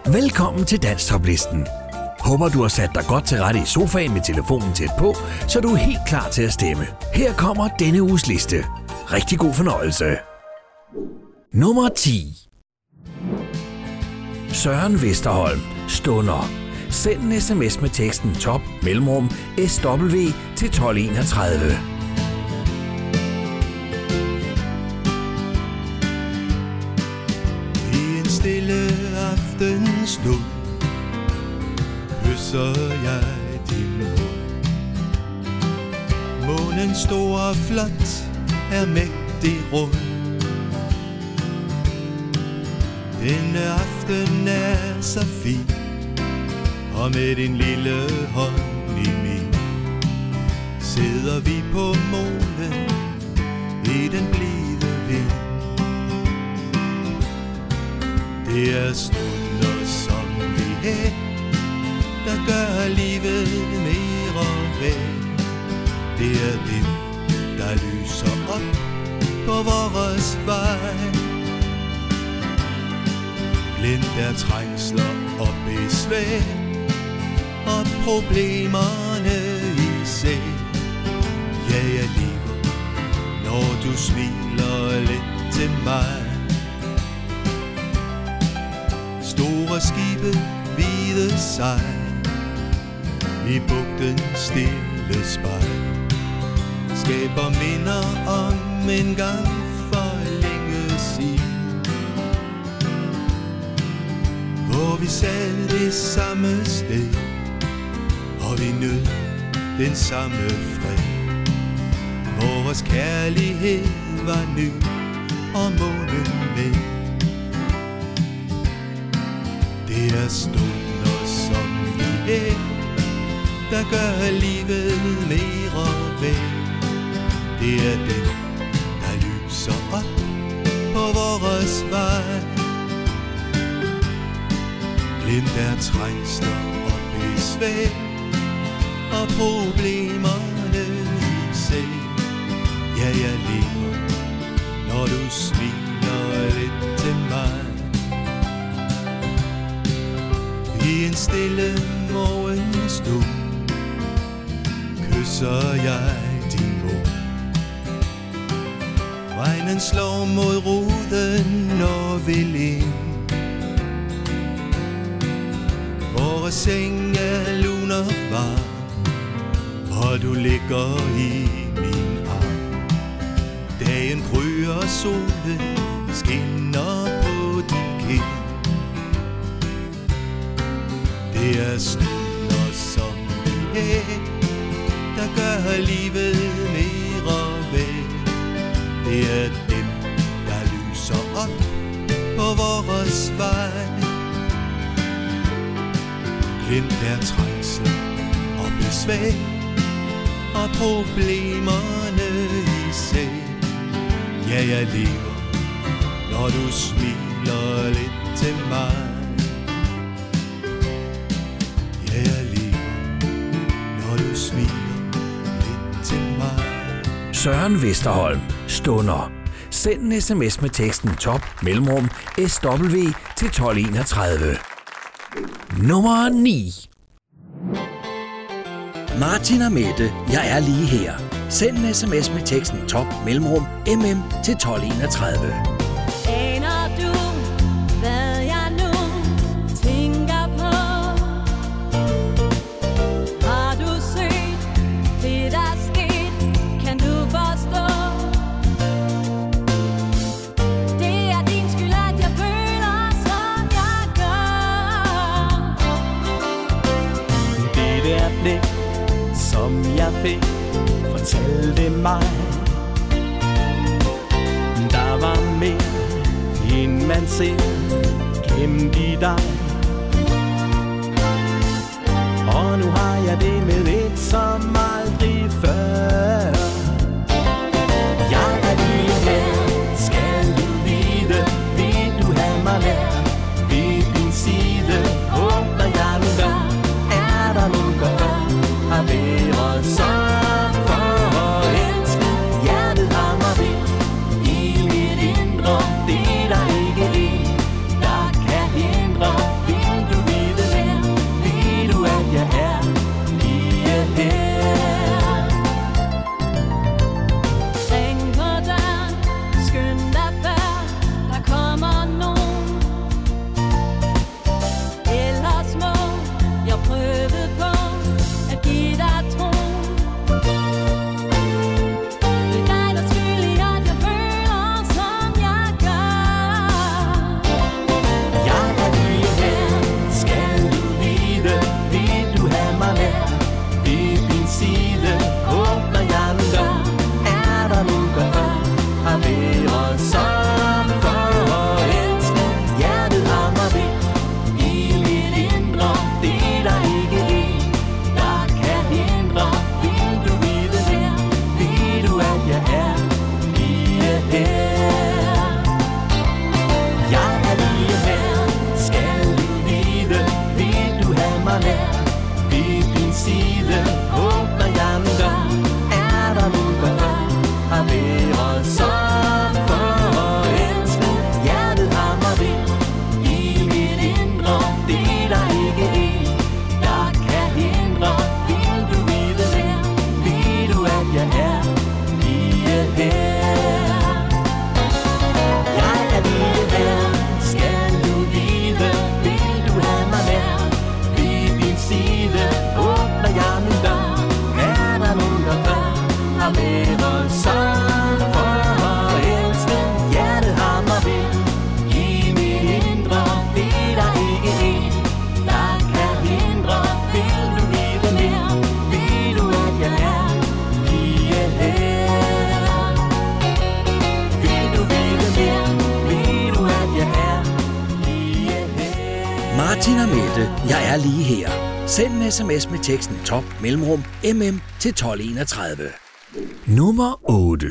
Velkommen til Danstoplisten. Håber du har sat dig godt til rette i sofaen med telefonen tæt på, så du er helt klar til at stemme. Her kommer denne uges liste. Rigtig god fornøjelse. Nummer 10. Søren Vesterholm, Stunder. Send en sms med teksten top mellemrum SW til 1231. I en stille aftenstund kysser jeg din mund. Månen stor og flot er mægtig rund. Denne aften er så fin, og med din lille hånd i min sidder vi på månen i den blide vind. Det er stunder som vi her, der gør livet mere værd. Det er dem, der lyser op på vores vej. Glemt er trængsler og besvær og problemerne især. Ja, jeg lever, når du smiler lidt til mig. Store skibe, hvide sejl i bugtens stille spejl skaber minder om en gang for længe siden, hvor vi sad det samme sted, og vi nød den samme fred. Vores kærlighed var ny, og månen med. Det er stunder som vi er, der gør livet mere værd. Det er dem, der lyser op på vores vej. Glemt er trængsler og besvær og problemerne især. Ja, jeg lever, når du smiler lidt til mig. I en stille morgenstund kysser jeg din mor. Regnen slår mod ruden og vil ind. Vores seng er lun og varm, og du ligger i min arm. Dagen gryer, solen skinner på din kind. Det er stunder som vi er, der gør livet mere værd. Det er dem, der lyser op på vores vej. Glemt er trængsel og besvær og problemerne især. Ja, jeg lever, når du smiler lidt til mig. Ja, jeg lever, når du smiler lidt til mig. Søren Vesterholm, Stunder. Send en sms med teksten top mellemrum SW til 1231. Nummer 9. Martin og Mette, jeg er lige her. Send en sms med teksten top mellemrum MM til 1231. Aner du, hvad jeg nu tænker på? Har du set det, der sket? Kan du forstå? Det er din skyld, at jeg føler, som jeg gør. Det der blik, som jeg fik, fortalte mig, der var mere, end man ser gemt i dig. Og nu har jeg det med et som aldrig før. Jeg er lige her, skal du vide, vil du have mig nær ved din side. Håber jeg nu gør, er der nogen der før har været så forelsket. Hjertet hammer ved i mit indre. Det er der ikke en, der kan hindre. Vil Martin og Mette, jeg er lige her. Send en sms med teksten top mellemrum mm til 1231. Nummer 8.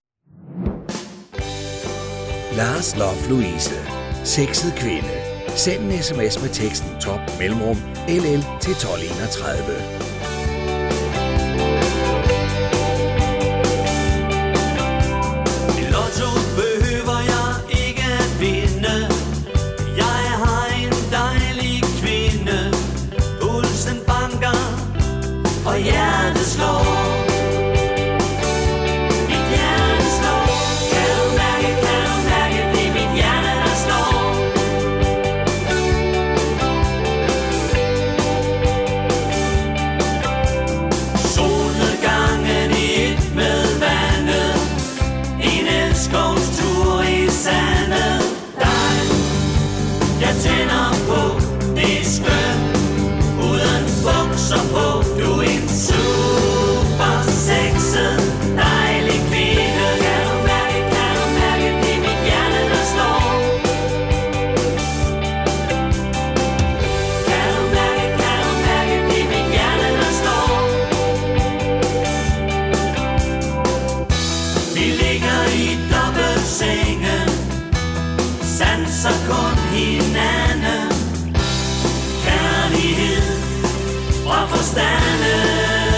Lars Love Louise. Sexet kvinde. Send en sms med teksten top mellemrum LL til 1231. I Lotto behøver jeg ikke at vinde. Jeg har en dejlig kvinde. Pulsen banker og hjertet slår. Mit hjerte slår. Kan du mærke, det er mit hjerte, der slår. Solnedgangen i et med vandet. En elskovstur i sandet. Dig, jeg tænder på. Det er skønt. Uden bukser på. Du er en super sexet dejlig kvinde. Kan du mærke, det er mit hjerte, der slår. Kan du mærke, det er mit hjerte, der slår. Vi ligger i dobbeltsengen, sanser kun hinanden. Kærlighed fra forstanden.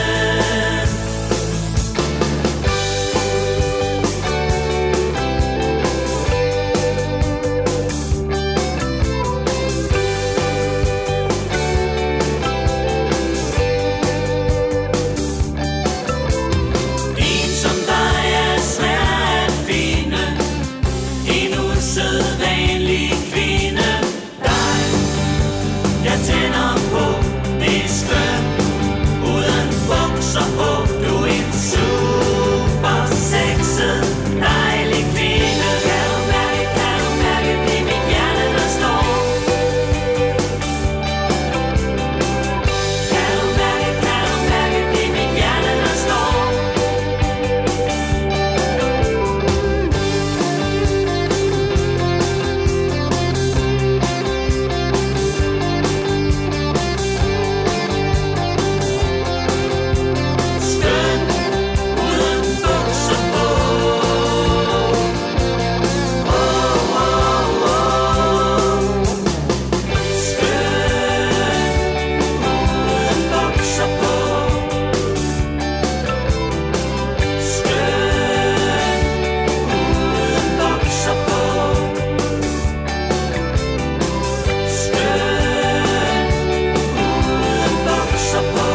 En som dig er svær at finde. En usædvanlig kvinde. Dig, jeg tænder på. Det er skønt. Uden bukser på. Du er en super sexet dejlig kvinde. Kan du mærke, det er mit hjerte, der slår. Kan du mærke, det er mit hjerte, der slår. Skønt, uden bukser på. Skønt, uden bukser på. Skønt, uden bukser på. Skønt, uden bukser på.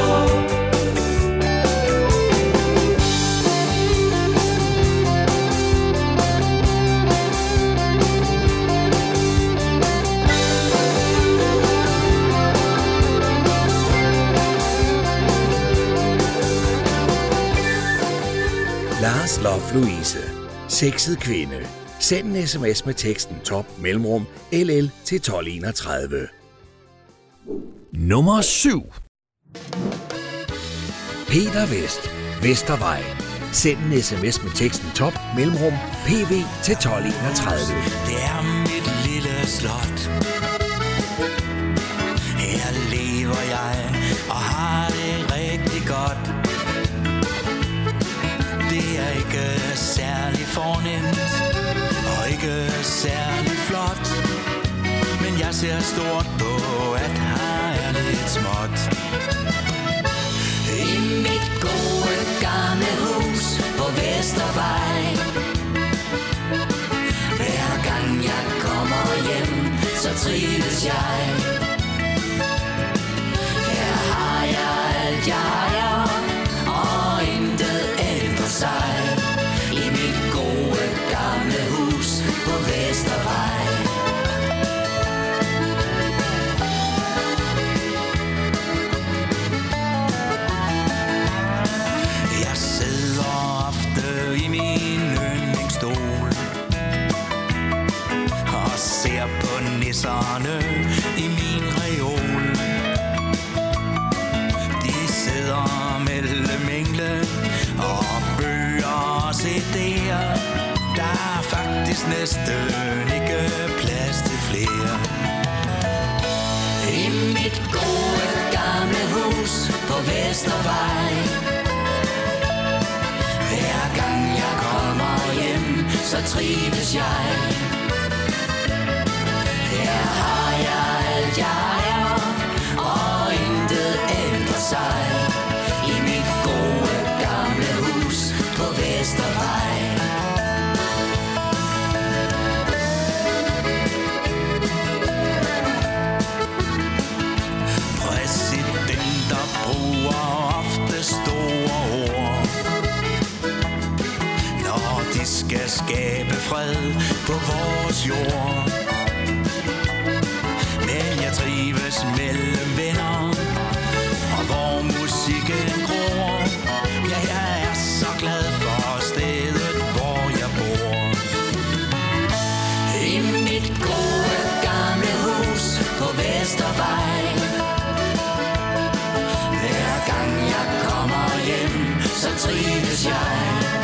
Lars Love Louise. Sexet kvinde. Send en sms med teksten top mellemrum LL til 1231. Nummer 7. Peter Vest. Vestervej. Send en sms med teksten top mellemrum PV til 1231. Det er mit lille slot. Her lever jeg og har det rigtig godt. Det er ikke særlig fornemt og ikke særlig flot, men jeg ser stort på, at her er lidt småt. I mit gode gamle hus på Vestervej. Hver gang jeg kommer hjem, så trives jeg. Her har jeg alt jeg ejer, og intet ændrer sig. I mit gode gamle hus på Vestervej. Jeg sidder ofte i min yndlingsstol og ser på nisserne i min reol. De sidder mellem engle og bøger og CD'er. Der er faktisk næsten ikke plads til flere. I mit gode gamle hus på Vestervej. Hver gang jeg kommer hjem, så trives jeg. Her har jeg alt jeg er, og intet ændrer sig. I mit gode gamle hus på Vestervej. Præsidenter bruger ofte store ord, når de skal skabe fred på vores jord. Men jeg trives mellem venner, og hvor musikken gror. Ja, jeg er så glad for stedet, hvor jeg bor. I mit gode gamle hus på Vestervej. Hver gang jeg kommer hjem, så trives jeg.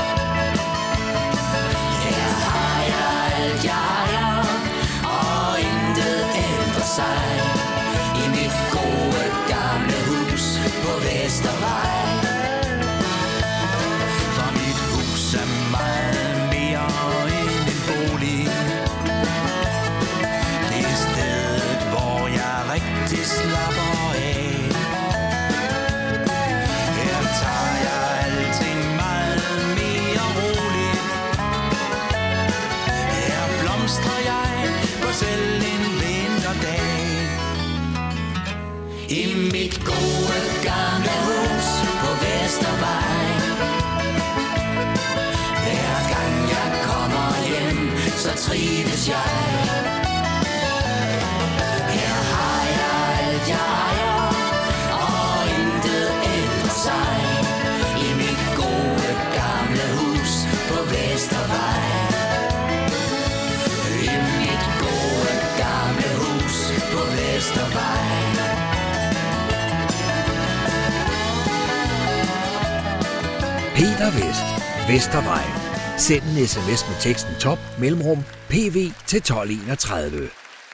Her har jeg alt jeg er, og intet ændrer sig. I mit gode gamle hus på Vestervej. For mit hus er meget mere end en bolig. Det er stedet, hvor jeg rigtig slapper af. Her tager jeg alting meget mere roligt. Her blomstrer jeg på selv en vinterdag. I mit gode gamle hus på Vestervej. Hver gang jeg kommer hjem, så trives jeg. Her har jeg alt jeg er, og intet ændrer sig. I mit gode gamle hus på Vestervej. I mit gode gamle hus på Vestervej. Peter Vest, Vestervej. Send en sms med teksten top mellemrum PV til 1231.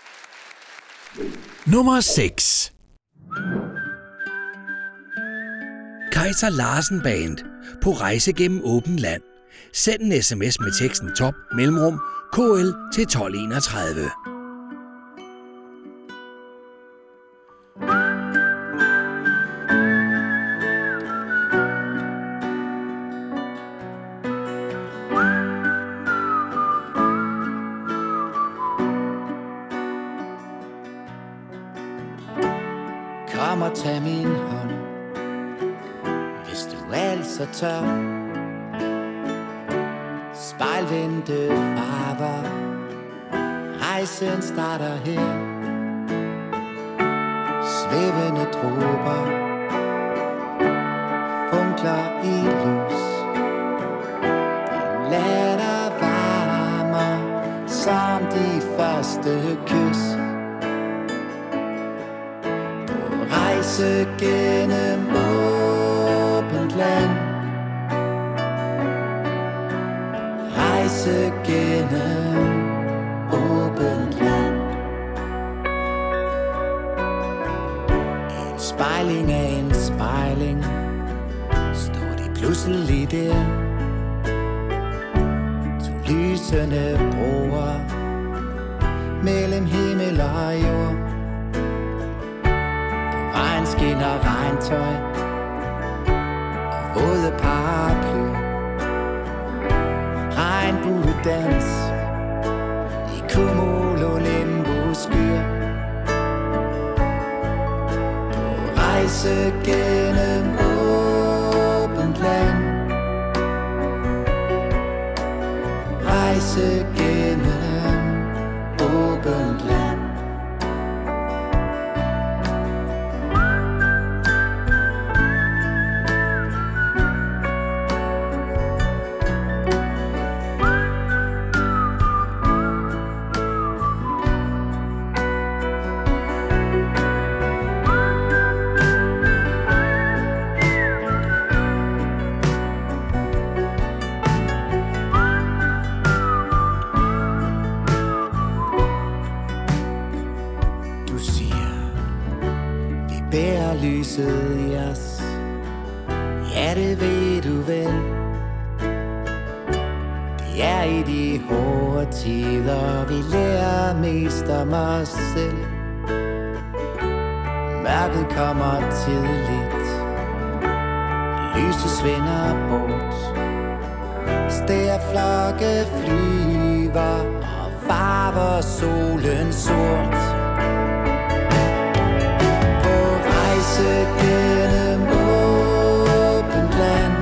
Nummer 6. Kaiser Larsen Band på rejse gennem åbent land. Send en sms med teksten top mellemrum KL til 1231. Kom og tag min hånd, hvis du altså tør. Spejlvendte farver, rejsen starter her. Svævende dråber, funkler i lys. Din latter varmer som de første kys. Rejse gennem åbent land. Rejse gennem åbent land. En spejling af en spejling, står de pludselig der. To lysende broer mellem himmel og jord. Skinner regntøj og våde paraply. Regnbuedans i cumulonimbus skyer. På rejse gennem åbent land. Rejse gennem åbent land. lyset i os. Ja, det ved du vel. Det er i de hårde tider, vi lærer mest om os selv. Mørket kommer tidligt, lyset svinder bort. Stærflokke flyver og farver solen sort. På rejse gennem åbent land,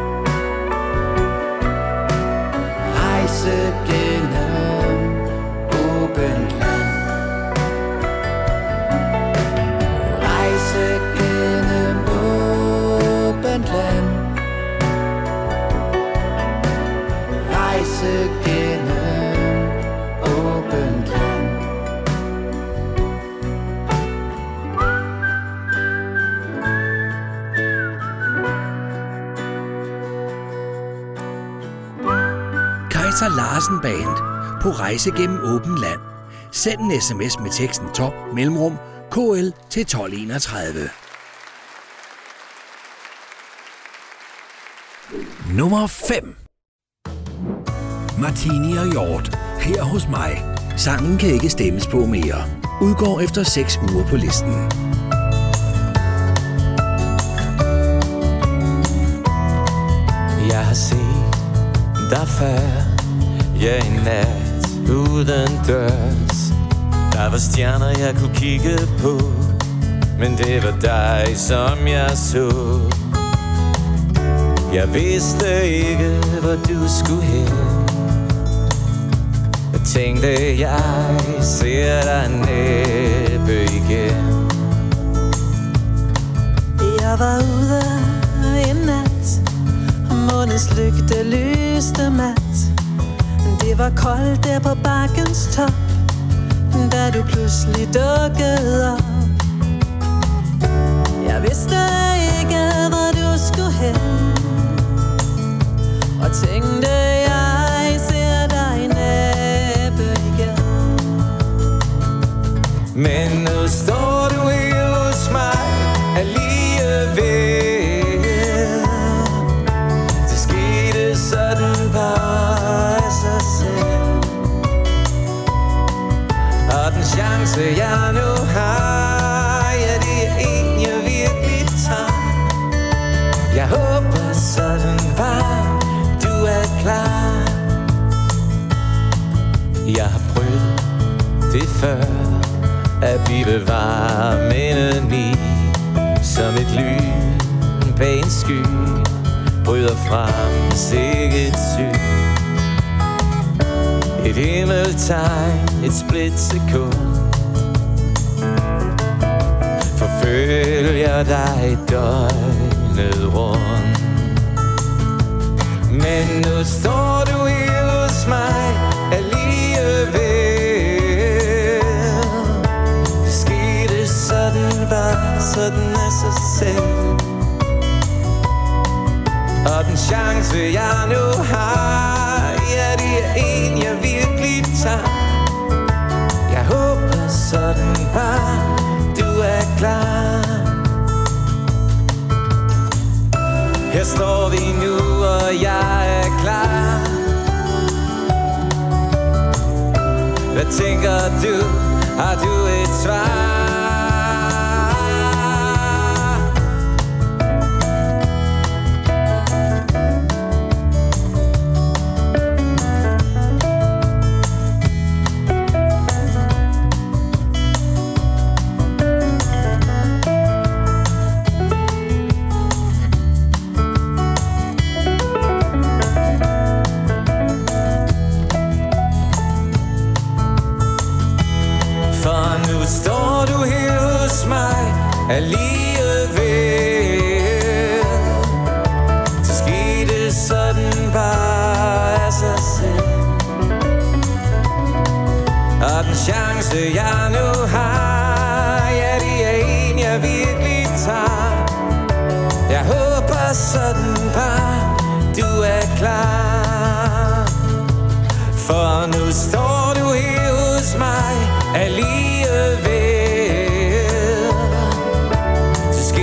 rejse gennem åbent land, rejse gennem åbent land, rejse gennem åbent land. Kaiser Larsen Band på rejse gennem åben land. Send en sms med teksten top mellemrum KL til 1231. Nummer 5. Martini og Hjort, her hos mig. Sangen kan ikke stemmes på mere. Udgår efter 6 uger på listen. Jeg har set dig før, ja, en nat uden dørs. Der var stjerner jeg kunne kigge på, men det var dig som jeg så. Jeg vidste ikke hvor du skulle hen. Jeg tænkte jeg ser dig næppe igen. Jeg var ude en nat, og månens lygte lyste mat. Det var koldt der på bakkens top, da du pludselig dukkede op. Jeg vidste ikke hvor du skulle hen, og tænkte jeg ser dig næppe igen. Men nu står du her hos mig alligevel. Det skete sådan bare af sig selv. Og den chance jeg nu har, ja, det er en jeg virkelig tager. Jeg håber sådan bare du er klar. Jeg har prøvet det før, at vi bevarer mindet i. Som et lyn bag en sky bryder frem sikkert syn. Et himmeltegn, et splitsekund, forfølger dig døgnet rundt. Men nu står du her hos mig alligevel. Det skete sådan bare, sådan af sig selv. Og den chance jeg nu har, ja, det er en jeg virkelig tager. Jeg håber sådan bare du er klar. Her står vi nu, og jeg er klar. Hvad tænker du? Har du et svar? Alligevel. Det skete sådan bare af sig selv. Og den chance jeg nu har, ja, det er en jeg virkelig tager. Jeg håber sådan bare du er klar. For nu står du her hos mig alligevel.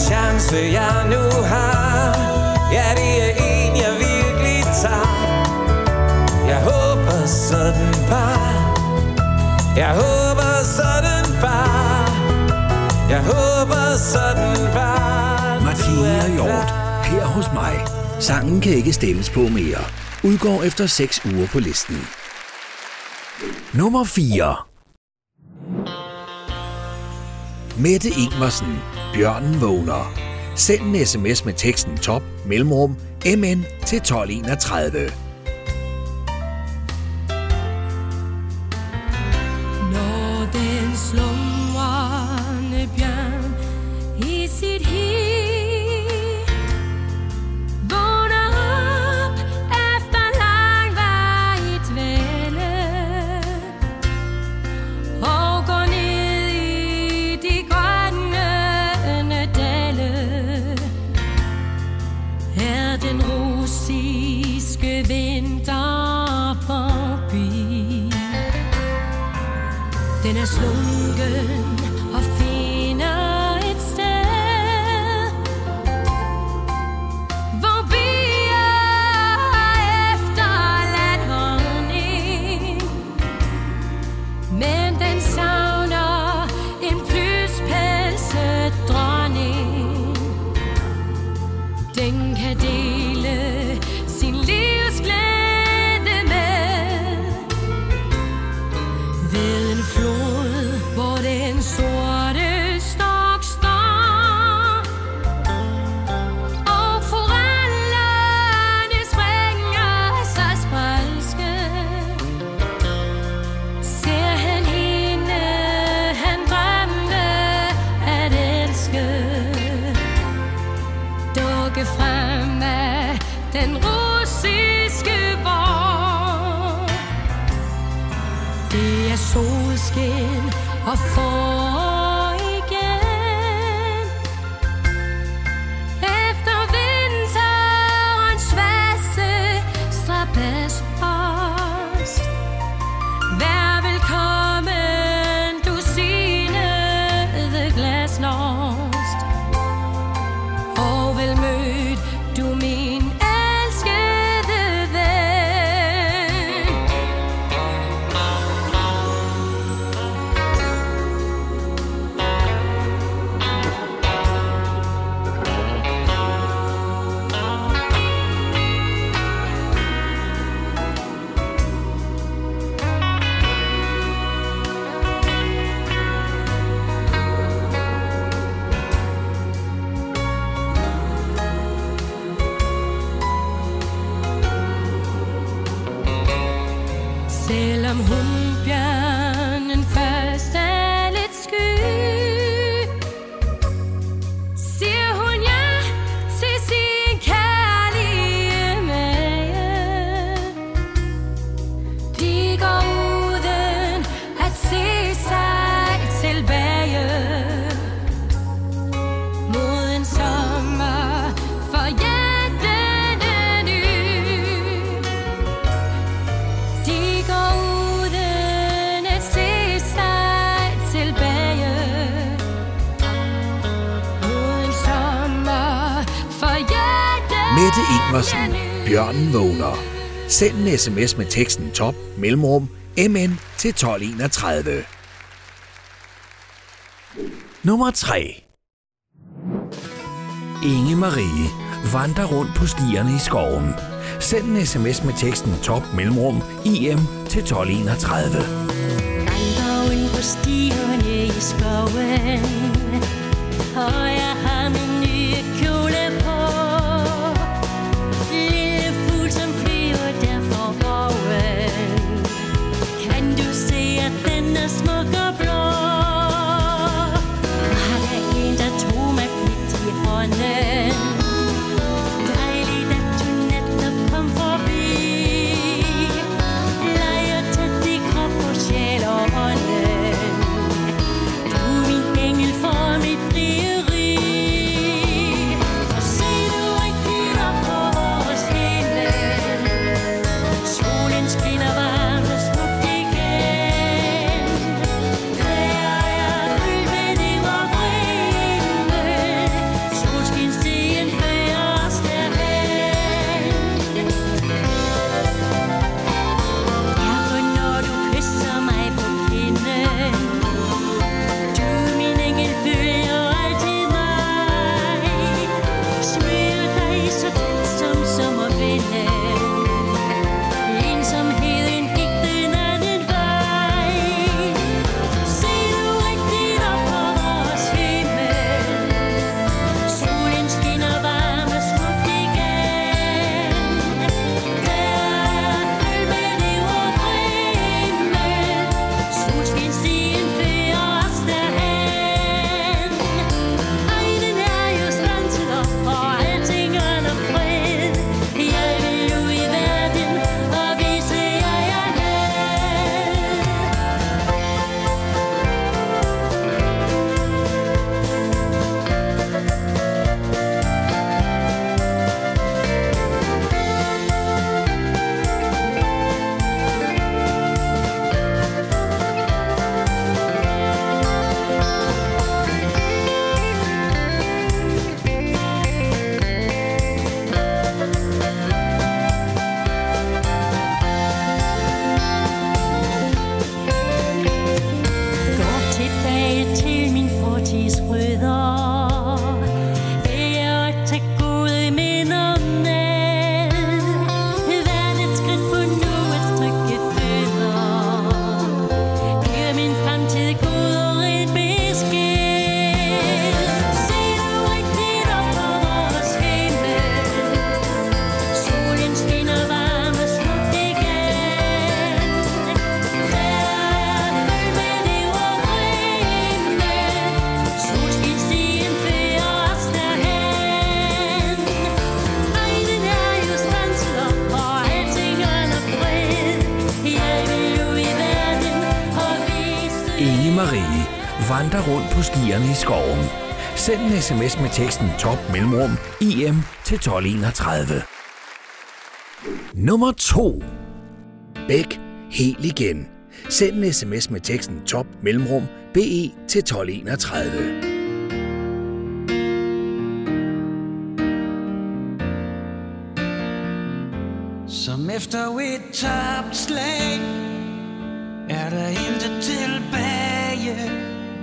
chance jeg nu har. Ja, det er en jeg virkelig tager. Jeg håber sådan bare. Jeg håber sådan bare. Jeg håber sådan bare. Martine Hjort, her hos mig. Sangen kan ikke stemmes på mere. Udgår efter 6 uger på listen. Nummer 4. Mette Ingvarsen, Bjørnen vågner. Send en sms med teksten top mellemrum MN til 1231. Når den slumrende bjørn i sit hi vågner op efter langvarig dvale og går ned i de grønne dale, er den russiske vinter forbi. Den er slunken og finder et sted, hvor bier har efterladt honning. Men den savner en plyspelset dronning. Den kan dele sin livsglæde med ved en flod, hvor den sorte stok står, og forellerne springer sig sprælske. Ser han hende, han drømte at elske, dukke frem af den russiske vår. Det er solskin og forår igen, efter vinterens svasse strabaspost. Vær velkommen, du sinede glasnost, og vel mødt du min elskede ven. Selvom hundbjørnen først er lidt sky, siger hun ja til sin kærlige mage. De går uden at se sig tilbage mod en sommer forjættende ny. De går uden at se sig tilbage mod en sommer forjættende Mette Ingvarsen, Bjørnen vågner. Send en sms med teksten top mellemrum MN til 1231. Nummer 3. Inge Marie vandrer rundt på stierne i skoven. Send en sms med teksten top mellemrum IM til 1231. Vandrer rundt på stierne i skoven, og jeg har min nye kjole på. Lille fugl som flyver der foroven, kan du se at den er smuk og blå? Var der en der tog mig lidt i hånden? Dejligt at du netop kom forbi. Leger tæt i krop og sjæl og ånden. Du er min engel for mit frieri. rige. Vandre rundt på stierne i skoven. Send en sms med teksten top mellemrum IM til 1231. Nummer 2. Bæk helt igen. Send en sms med teksten top mellemrum BE til 1231. Som efter et tabt slag er der intet tilbage.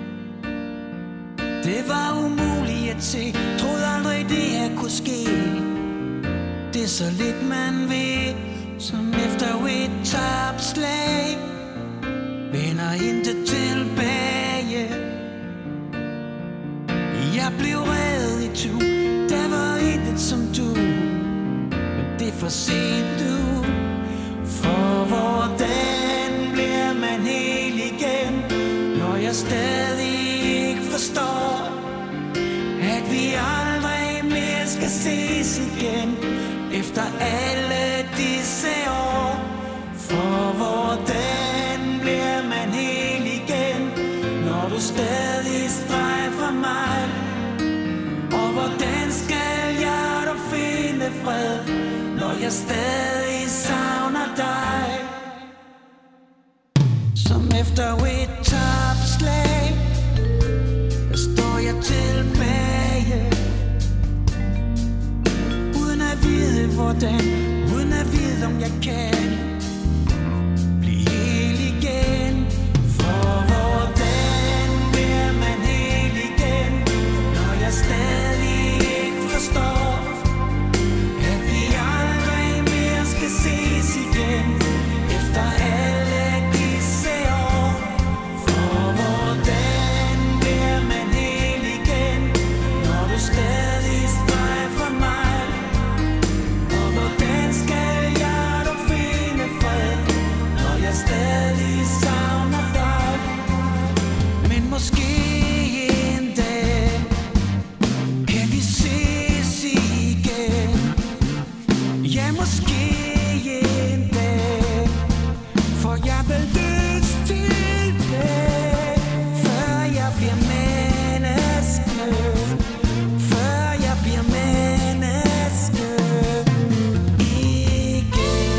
Det var umuligt at se, troede aldrig det her kunne ske. Det er så lidt man ved, som efter et tabt slag vender intet tilbage. Jeg blev reddet i tu, der var intet som du, men det er for sent nu. For hvordan bliver man hel igen, når jeg stadig ikke forstår, at vi aldrig mere skal ses igen efter alle disse år. For hvordan bliver man hel igen, når du stadig strejfer mig? Og hvordan skal jeg dog finde fred, når jeg stadig savner dig? Som efter et tabt slag står jeg tilbage, uden at vide hvordan, uden at vide om jeg kan blive hel igen. For hvordan bliver man hel igen, når jeg stadig ikke forstår, at vi aldrig mere skal ses igen efter alle disse år. For hvordan bliver man hel igen, når du stadig strejfer mig? Og hvordan skal jeg dog finde fred, når jeg stadig savner dig? Men måske en dag kan vi ses igen. Ja, måske en dag får jeg vel lyst til det, før jeg bliver menneske, før jeg bliver menneske igen.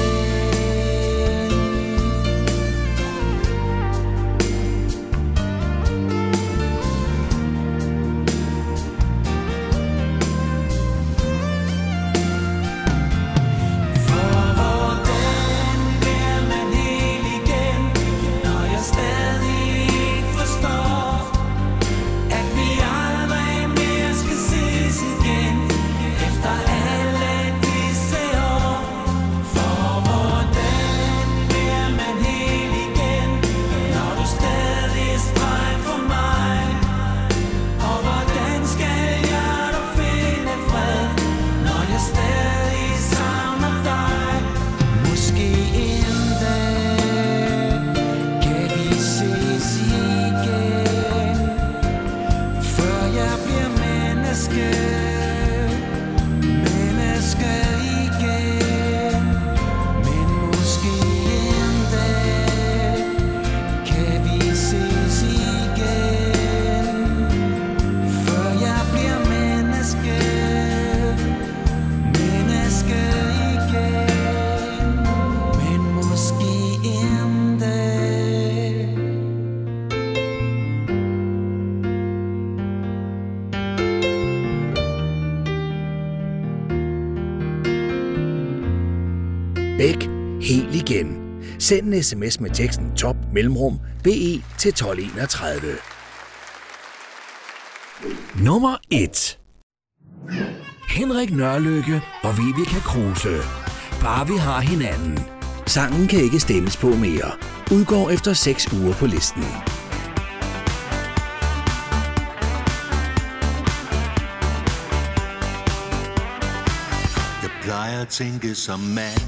For hvordan bliver man hel igen, når jeg stadig ikke forstår, at vi aldrig mere skal ses igen efter alle disse år? For hvordan bliver man hel igen, når du stadig strejfer mig? Og hvordan skal jeg dog finde fred, når jeg stadig savner dig? Måske en dag kan vi ses igen, før jeg bliver menneske, menneske igen. Men måske en dag kan vi ses igen, før jeg bliver menneske, menneske igen. Men måske en dag. Bæk helt igen. Send en sms med teksten top mellemrum BE til 1231. Nummer 1. Henrik Nørlykke og Vivica Kruse. Bare vi har hinanden. Sangen kan ikke stemmes på mere. Udgår efter 6 uger på listen. Jeg plejer at tænke som mand,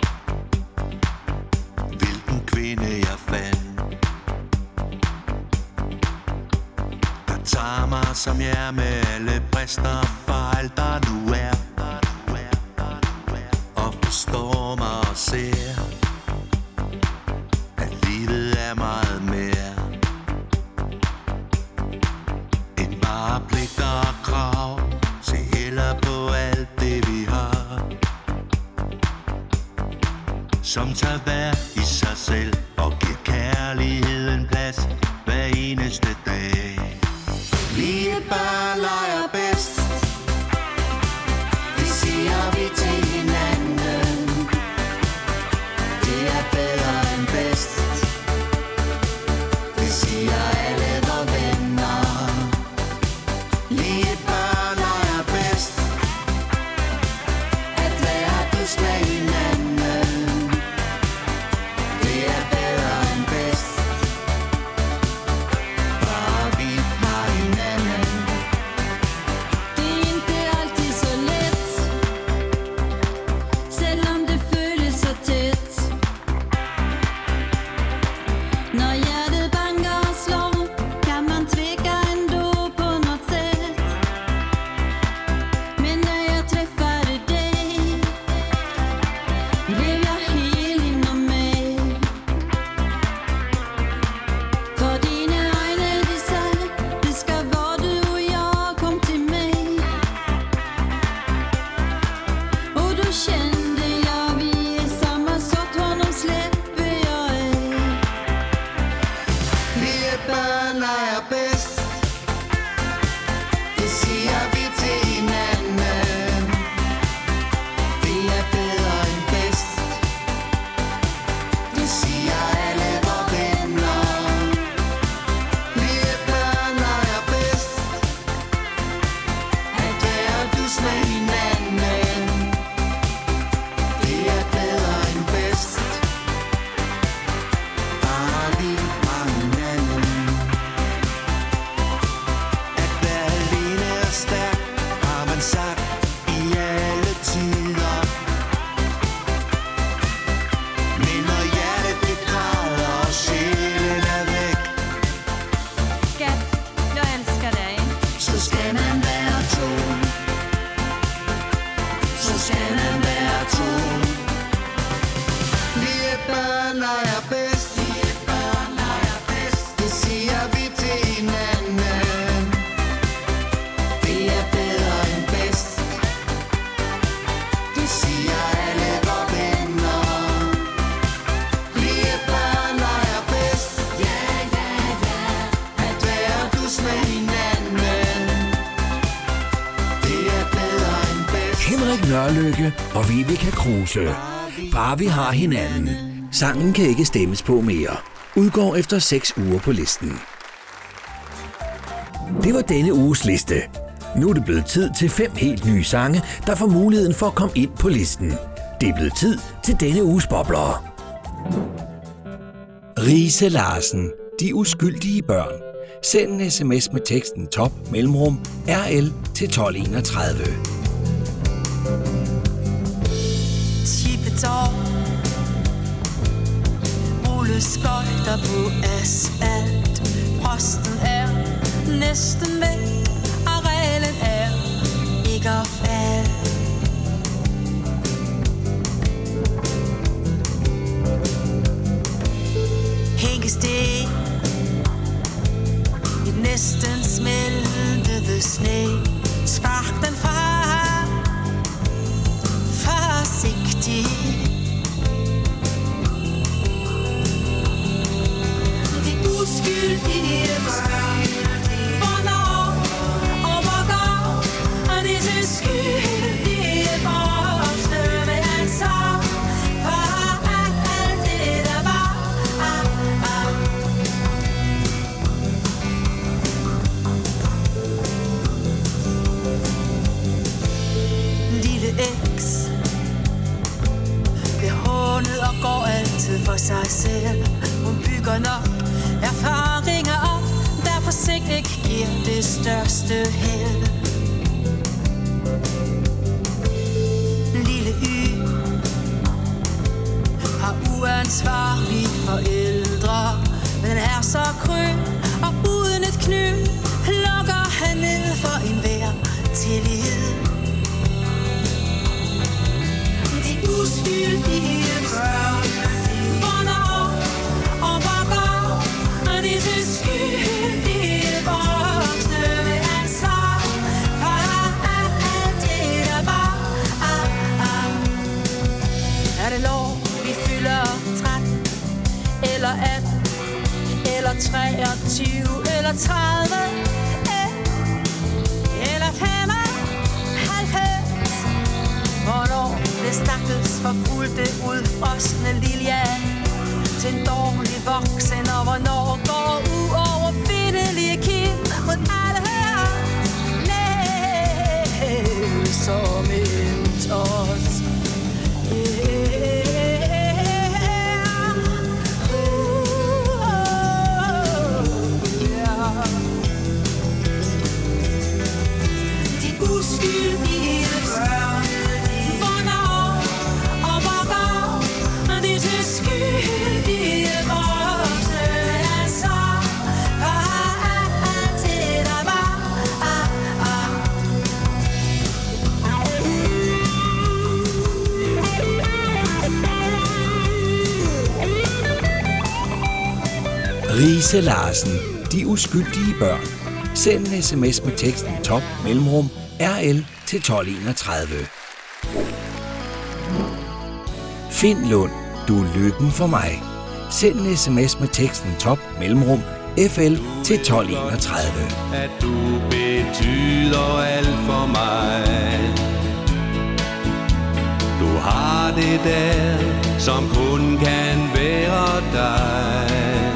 hvilken kvinde jeg fandt, der tager mig som jeg er med alle brister og fejl, der nu er, og forstår mig og ser, at livet er meget mere. på alt det vi har, som tager hver i sig selv og giver kærligheden plads hver eneste dag. Vi er bare leger bedst, det siger vi til hinanden. Det er bedre end bedst, det siger alle vore venner. Vi er bare leger bedst, at være dus med hinanden. Det er bedre end bedst, bare vi har hinanden. Det er ikke altid så let, selvom det føles så tæt. Når hjertet banker og slår, kan man tveka ändå på något sätt. Men när jag träffade dig blev jag hel inom mig. För dina ögon de sa, det ska vara du och jag, kom till mig. Och då kände jag vi är samma sort, honom släpper jag ej. Vi er bare leger bedst, det siger vi til hinanden. Det er bedre end bedst, det siger alle vore venner. Vi er bare leger bedst, at være dus med hinanden. Det er bedre end bedst, bare vi har hinanden. At være alene er stærk, har man sagt i alle tider. Men når hjertet det græder og sjælen er væk, Skat, jag älskar dig. så skal man være to. Så skal man være to. Vi er bare leger bedst, vi er bare leger bedst, det siger vi til hinanden. Det er bedre end bedst, det siger alle vore venner. Vi er bare leger bedst, ja, ja, ja, at være dus med hinanden. Det er bedre end bedst. Henrik Nørlykke og Viveka Kruse. Bare vi har hinanden. Sangen kan ikke stemmes på mere. Udgår efter 6 uger på listen. Det var denne uges liste. Nu er det blevet tid til 5 helt nye sange, der får muligheden for at komme ind på listen. Det er blevet tid til denne uges boblere. Riise Larsen, De uskyldige børn. Send en sms med teksten top mellemrum RL til 1231. Tippetår, rulleskøjter på asfalt. Frosten er næsten væk, og reglen er ikke at falde. Hængesti, et næsten smeltede sne. Spark den fra, forsigtigt. De uskyldige børn, hvornår og hvor går, og disse skyldige voksne med ansvar for alt det der var. Lille eks bliver hånet og går altid for sig selv. Hun bygger nok erfaringer op, der på sigt ikke giver det største held. Lille Y har uansvarlige forældre, men er så grøn og uden et knyt lukker han ned for enhver tillid. De uskyldige børn, hvornår og hvor går, og disse skyldige voksne med ansvar 39 eller 95. Hvornår det stakkels forfulgte udfrosne Lilian til en dårlig voksen, og hvornår går uovervindelige Kim mod alle her næh, som en tos. De uskyldige børn, hvornår og hvornår de tilskyldige voksne er så parat til at Riise Larsen, de uskyldige børn. Send en sms med teksten top mellemrum RL til 1231. Finn Lund, du er lykken for mig. Send en sms med teksten top mellemrum FL til 1231. At du betyder alt for mig. Du har det der, som kun kan være dig.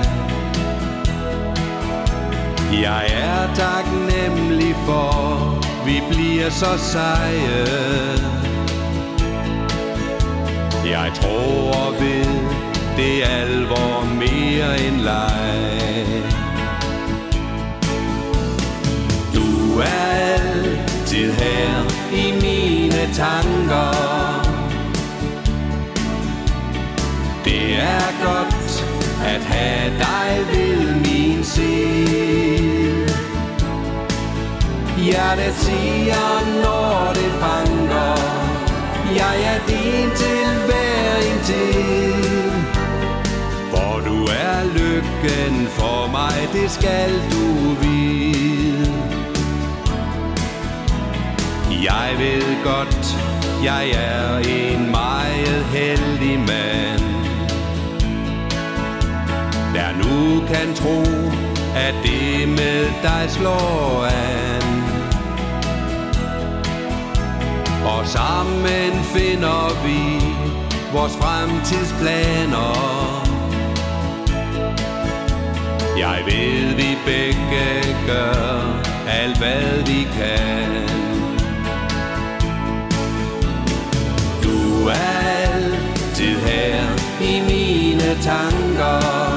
Jeg er taknemmelig for, vi bliver så seje. Jeg tror og ved, det er alvor mere end leg. Du er altid her i mine tanker. Det er godt at have dig ved min side. Hjertet siger, når det banker, jeg er din til hver en tid. For du er lykken for mig, det skal du vide. Jeg ved godt, jeg er en meget heldig mand, der nu kan tro, at det med dig slår an. Og sammen finder vi vores fremtidsplaner. Jeg ved, vi begge gør alt, hvad vi kan. Du er altid her i mine tanker.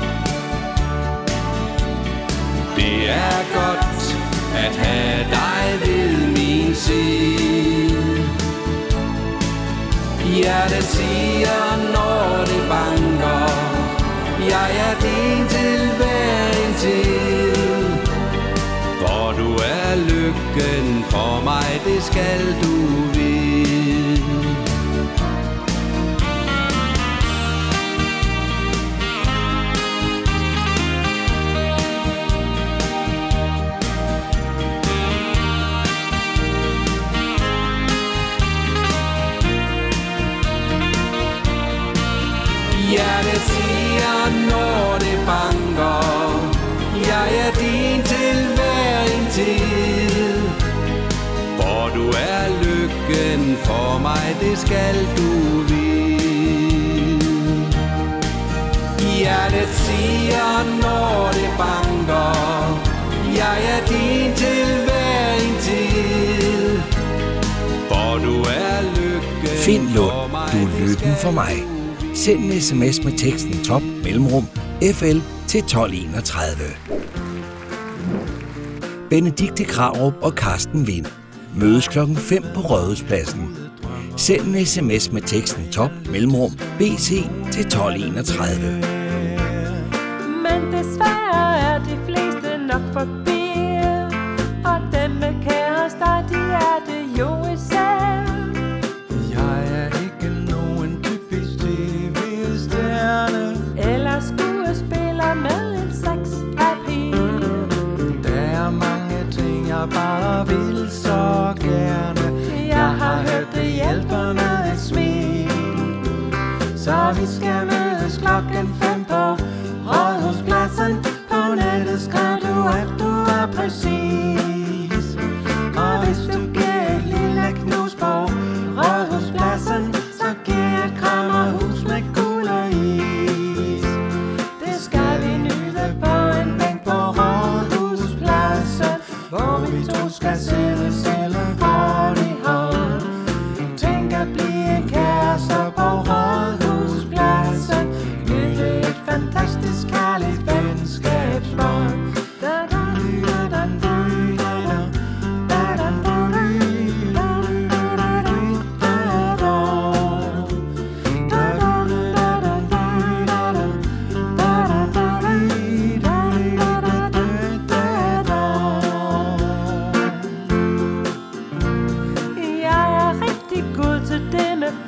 Det er godt at have dig ved min side. Hjertet siger, når det banker, jeg er din til hver en tid. For du er lykken for mig, det skal du vide. Hjertet siger, når det banker, jeg er din til hver en tid. For du er lykken for mig, det skal du vide. Hjertet siger, når det banker, jeg er din til hver en tid. For du er lykken Finn Lund, du er lykken for mig. Send en sms med teksten top mellemrum FL til 1231. Benedikte Krarup og Carsten Wind mødes klokken 5 på Rådhuspladsen. Send en sms med teksten top mellemrum BC til 1231. Men desværre er de fleste nok forbi, og dem med kærester, de er det jo især. Jeg er ikke nogen typisk tv-stjerne Eller skuespiller med en sexappeal. Der er mange ting, jeg bare vil så gerne. Jeg har hørt, det hjælper med et smil. Så vi skal mødes klokken 5.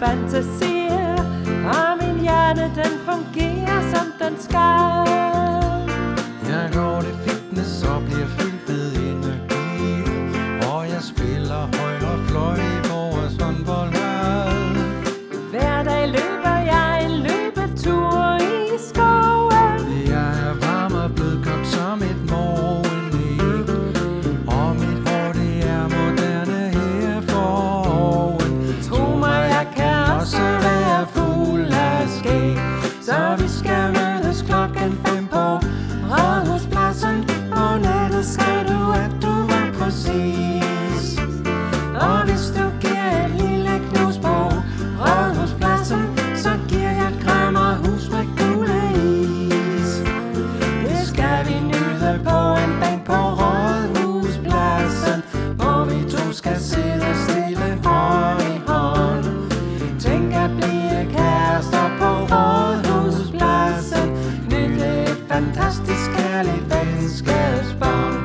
fantasier, og min hjerne den fungerer som den skal. Jeg går til fitness og bliver fyldt med energi, og jeg spiller højre fløj i vores håndboldhold. Hver dag løber jeg en løbetur i skoven. Jeg er varm og blødkogt som et morgenæg, og mit hår det er moderne her for oven. Tro mig, jeg kan også være fuld af skæg, så vi skal mødes 5:00 på Rådhuspladsen. På nettet skrev du, at du var præcis, og hvis du giver et lille knus på Rådhuspladsen, så giver jeg et kræmmerhus med gule is. Det skal vi nyde på en bænk på Rådhuspladsen, hvor vi to skal sidde stille hånd i hånd. Tænk at blive kærester på Rådhuspladsen, nyde et fantastisk kærligt venskabsbånd.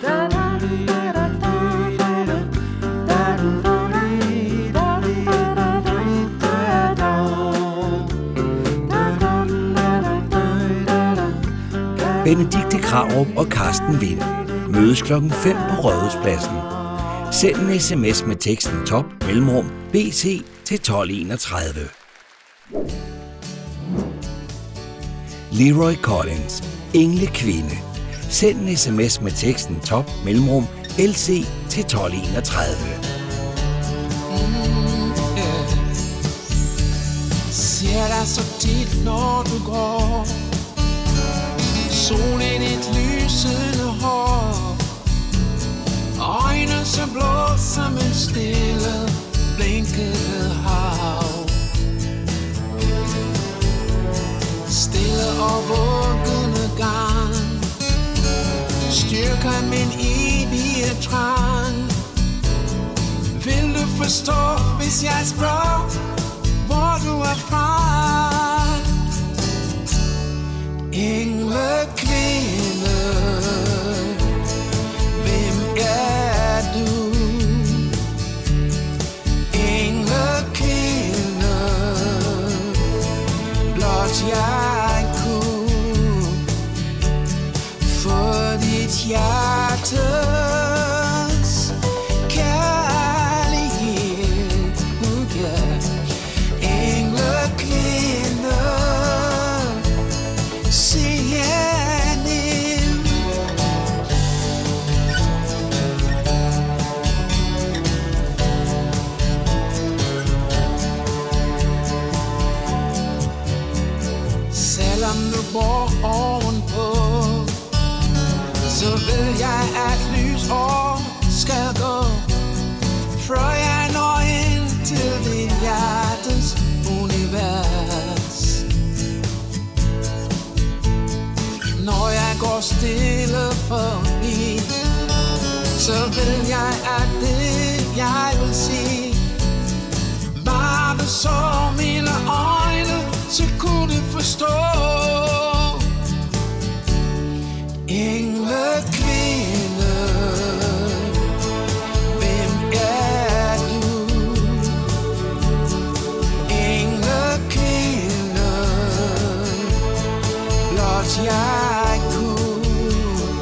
Benedikte Krarup og Carsten Wind mødes 5:00 på Rådhuspladsen. Send en sms med teksten top mellemrum BC til 1231. Leroy Collins, Englekvinde. Send en sms med teksten top mellemrum LC til 1231. Ser dig så tit, når du går, solen i dit lysende hår, øjne så blå som en stille blinket hav. Stille og vuggende gang styrker min evige trang. Vil du forstå, hvis jeg spørger, hvor du er fra? Englekvinde, hvem er du? Englekvinde, blot jeg kunne få dit hjertes kærlighed. Englekvinde, selvom du bor ovenpå, så ved jeg, at lysår skal gå, før jeg når ind til dit hjertes univers. Når jeg går stille forbi, så ved jeg, at det jeg vil sige, bare du så mine øjne, så kunne du forstå. Englekvinde, hvem er du? Englekvinde, blot jeg kunne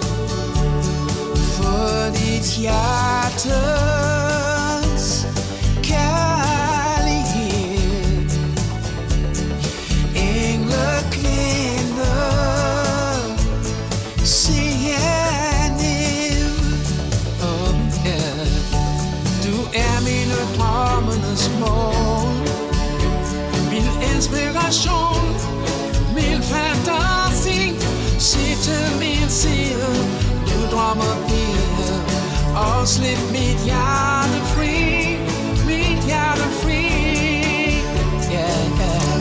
få dit hjertes kærlighed. Englekvinde, se ned. Oh yeah. Du er mine drømmenes mål, min inspiration, min fantasi. Sig til min side, du drømmer pige, og slip mit hjerte fri, mit hjerte fri. Yeah, yeah.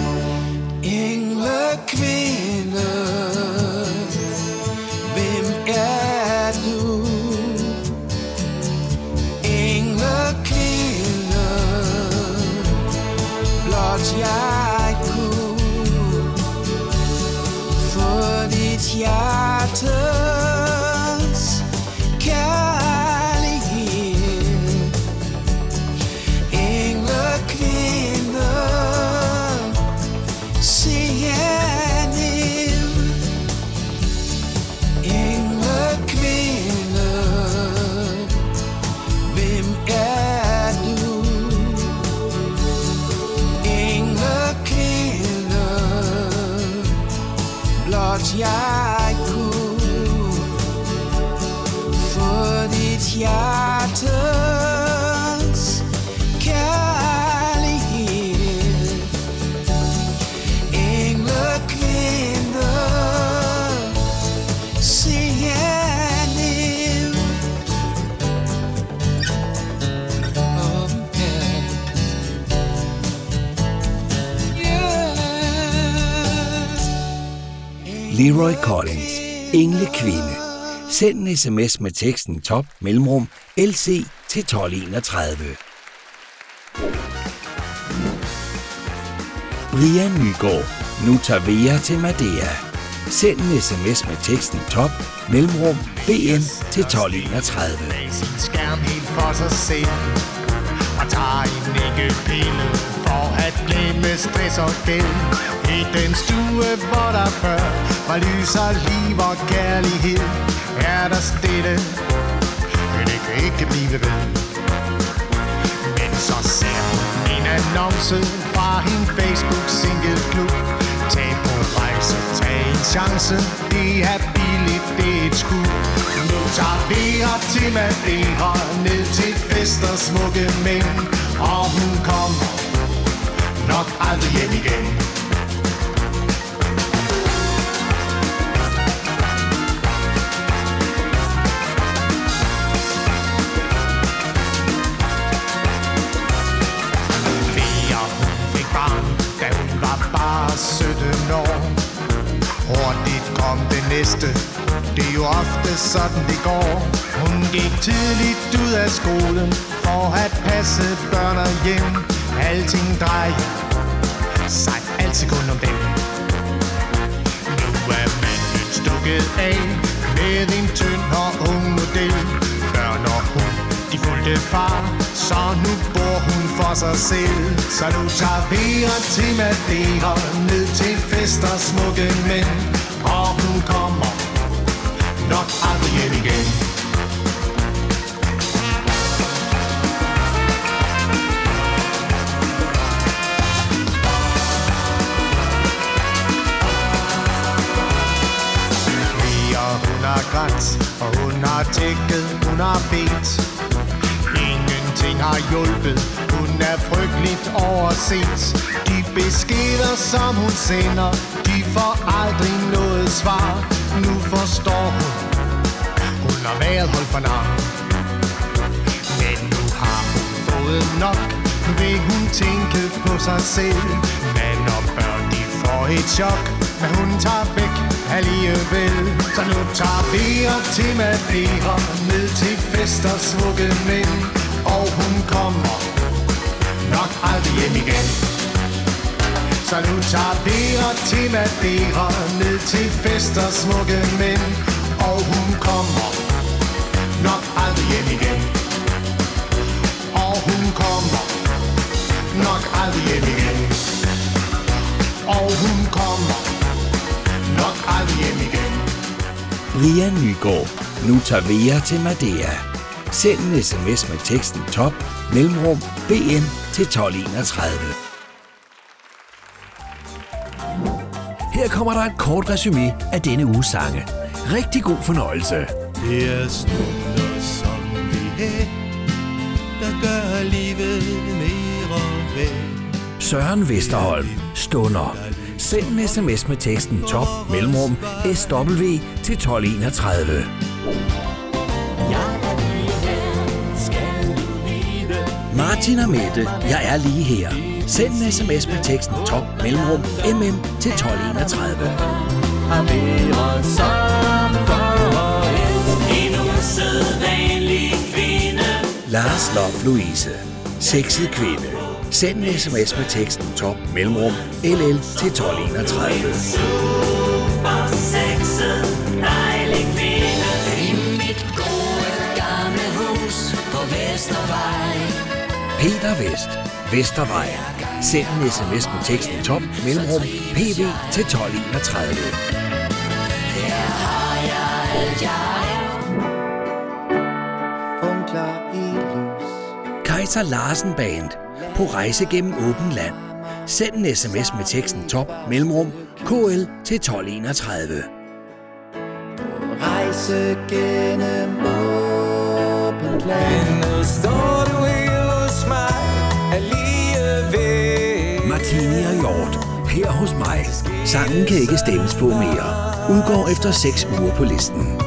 Englekvinde, hvem er du? Englekvinde, blot jeg kunne få dit hjertes kærlighed. Englekvinde, godt jeg kunne få dit hjertes kærlighed. Engle, kvinde, se jer ned. Leroy Collins, Engle Kvinde. Send en sms med teksten top mellemrum LC til 1231. Brian Nygaard, nu tager Vera til Madeira. Send en sms med teksten top mellemrum BN til 1231. Bag sin skærm helt for sig selv og tager en enkelt pille for at glemme stress og gæld. I den stue, hvor der før var lys og liv og kærlighed, er der stille, men det kan ikke blive ved. Men så ser hun en annonce fra en Facebook-singleklub. Tag på rejse, tag en chance, det er billigt, det er et skud. Nu tager Vera til Madeira, ned til fest og smukke mænd, og hun kommer nok aldrig hjem igen. Vera, hun fik barn, da hun var bare 17 år. Hurtigt kom det næste, det er jo ofte sådan det går. Hun gik tidligt ud af skolen for at passe børn og hjem. Alting drejer sig altid kun om dem. Nu er manden stukket af med en tynd og ung model. Børn og hun, de fulgte far, så nu bor hun for sig selv. Så nu tager Vera til Madeira, ned til fest og smukke mænd, og hun kommer nok aldrig hjem igen. Hun har grædt, og hun har tækket, hun har bedt. Ingenting har hjulpet, hun er frygteligt overset. De beskeder, som hun sender, de får aldrig noget svar. Nu forstår hun, hun har været holdt for nar. Men nu har hun fået nok, vil hun tænke på sig selv. Men når børn, de får et chok, men hun tager væk alligevel. Så nu tager Vera til Madeira, ned til fest og smukke mænd, og hun kommer nok aldrig hjem igen. Så nu tager Vera til Madeira, ned til fest og smukke mænd, og hun kommer nok aldrig hjem igen. Og hun kommer nok aldrig hjem igen. Og hun kommer nok aldrig hjem igen. Brian Nygaard, nu tager Vera til Madeira. Send en sms med teksten top mellemrum BN til 1231. Her kommer der et kort resumé af denne uges sange. Rigtig god fornøjelse. Det er stunder som det her, der gør livet mere værd. Søren Vesterholm, Stunder. Send en sms med teksten top mellemrum SW til 1231. Martin og Mette, jeg er lige her. Send en sms med teksten top mellemrum MM til 1231. En usædvanlig kvinde. Lars Love Louise, sexet kvinde. Send en sms med teksten top mellemrum LL til 1231. Super sexet, dejlig kvinde. I mit gode gamle hus på Vestervej. Peter Vest, Vestervej. Send en sms med teksten top mellemrum PV til 1231. Her har jeg alt jeg er. Funkler i lys. Kaiser Larsen Band på rejse gennem åben land. Send en sms med teksten top mellemrum KL til 1231. Rejse gennem åbent land. Men nu står du hos mig alligevel. Martini og Hjort, her hos mig. Sangen kan ikke stemmes på mere. Udgår efter 6 uger på listen.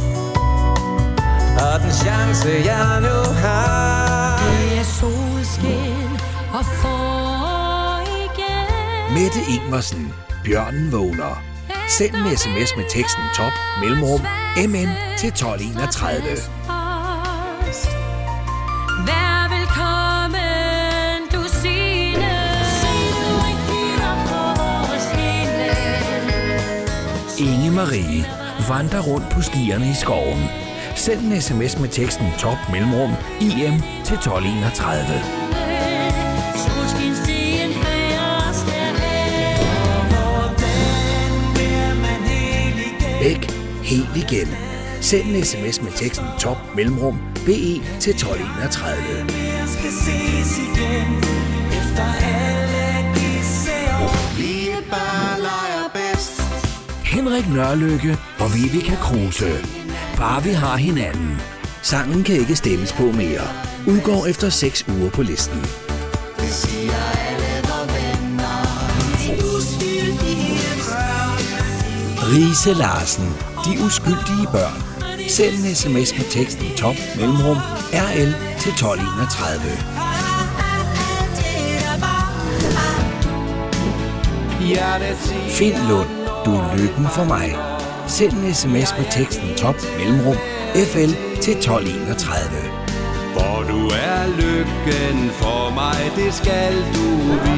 Og den chance jeg nu har, det er solskin og får igen. Mette Ingvarsen, Bjørnen vågner. Send en sms med teksten top mellemrum MN til 1231. Vær velkommen, du Signe. Inge Marie vandrer rundt på stierne i skoven. Send en sms med teksten top mellemrum IM til 1231. Bæk helt igen. Send en sms med teksten top mellemrum BE til 1231. Henrik Nørlykke og Vivica Kruse. Bare vi har hinanden. Sangen kan ikke stemmes på mere. Udgår efter 6 uger på listen. Riese Larsen, De uskyldige børn. Send en sms med teksten top mellemrum RL til 1231. Finn Lund, du er lykken for mig. Send en sms med teksten top mellemrum FL til 1231. For du er lykken for mig, det skal du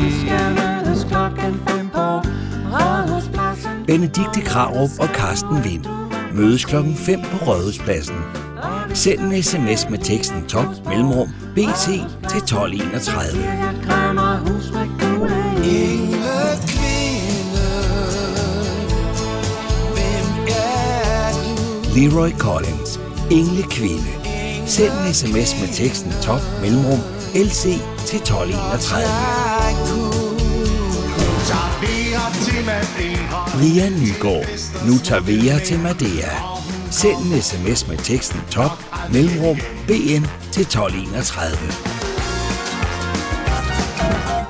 vide. Benedikte Krarup og Carsten Wind mødes klokken 5 på Rådhuspladsen. Send en sms med teksten top mellemrum BC til 1231. Leroy Collins, Engle Kvinde. Send en sms med teksten top mellemrum LC til 1231. Brian Nygaard, nu Tavera til Madea. Send en sms med teksten top mellemrum BN til 1231.